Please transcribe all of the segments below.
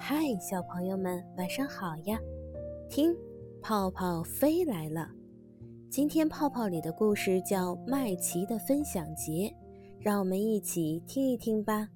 嗨，小朋友们，晚上好呀！听，泡泡飞来了。今天泡泡里的故事叫《麦琪的分享节》，让我们一起听一听吧。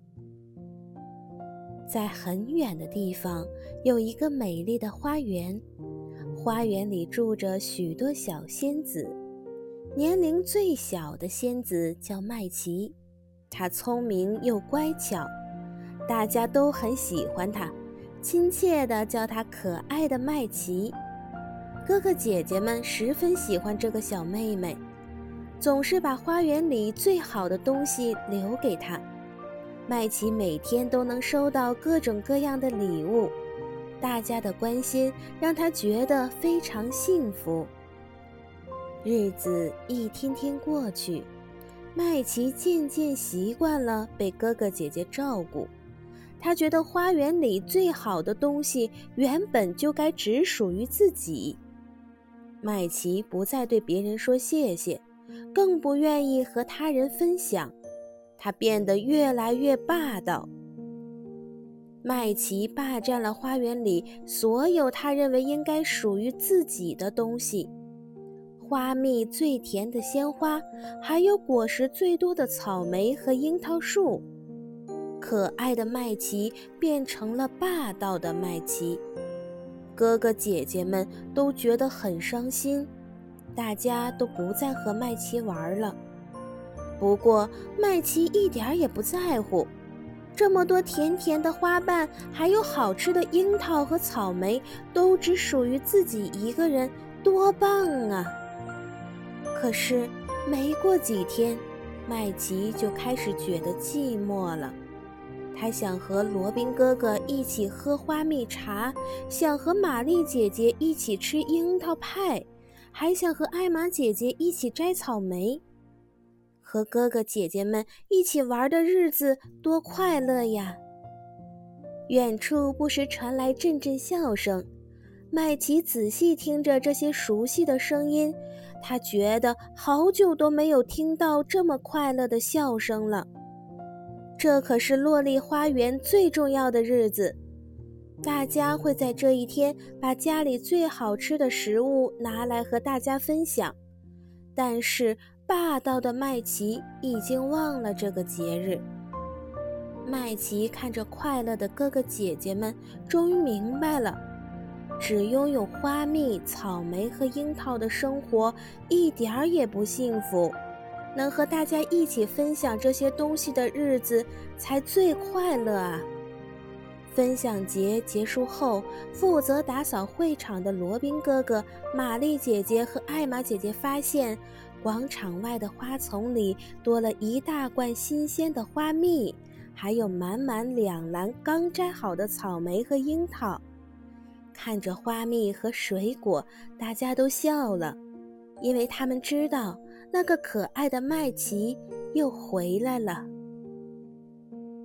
在很远的地方，有一个美丽的花园，花园里住着许多小仙子。年龄最小的仙子叫麦琪，她聪明又乖巧，大家都很喜欢她，亲切地叫她可爱的麦琪。哥哥姐姐们十分喜欢这个小妹妹，总是把花园里最好的东西留给她。麦琪每天都能收到各种各样的礼物，大家的关心让她觉得非常幸福。日子一天天过去，麦琪渐渐习惯了被哥哥姐姐照顾。她觉得花园里最好的东西原本就该只属于自己。麦琪不再对别人说谢谢，更不愿意和他人分享，她变得越来越霸道。麦琪霸占了花园里所有她认为应该属于自己的东西，花蜜最甜的鲜花，还有果实最多的草莓和樱桃树。可爱的麦琪变成了霸道的麦琪，哥哥姐姐们都觉得很伤心，大家都不再和麦琪玩了。不过麦琪一点也不在乎，这么多甜甜的花瓣，还有好吃的樱桃和草莓，都只属于自己一个人，多棒啊！可是没过几天，麦琪就开始觉得寂寞了。他想和罗宾哥哥一起喝花蜜茶，想和玛丽姐姐一起吃樱桃派，还想和艾玛姐姐一起摘草莓。和哥哥姐姐们一起玩的日子多快乐呀！远处不时传来阵阵笑声，麦琪仔细听着这些熟悉的声音，他觉得好久都没有听到这么快乐的笑声了。这可是洛丽花园最重要的日子，大家会在这一天把家里最好吃的食物拿来和大家分享。但是霸道的麦琪已经忘了这个节日。麦琪看着快乐的哥哥姐姐们，终于明白了，只拥有花蜜、草莓和樱桃的生活一点儿也不幸福，能和大家一起分享这些东西的日子才最快乐啊！分享节结束后，负责打扫会场的罗宾哥哥、玛丽姐姐和艾玛姐姐发现，广场外的花丛里多了一大罐新鲜的花蜜，还有满满2篮刚摘好的草莓和樱桃。看着花蜜和水果，大家都笑了，因为他们知道那个可爱的麦琪又回来了。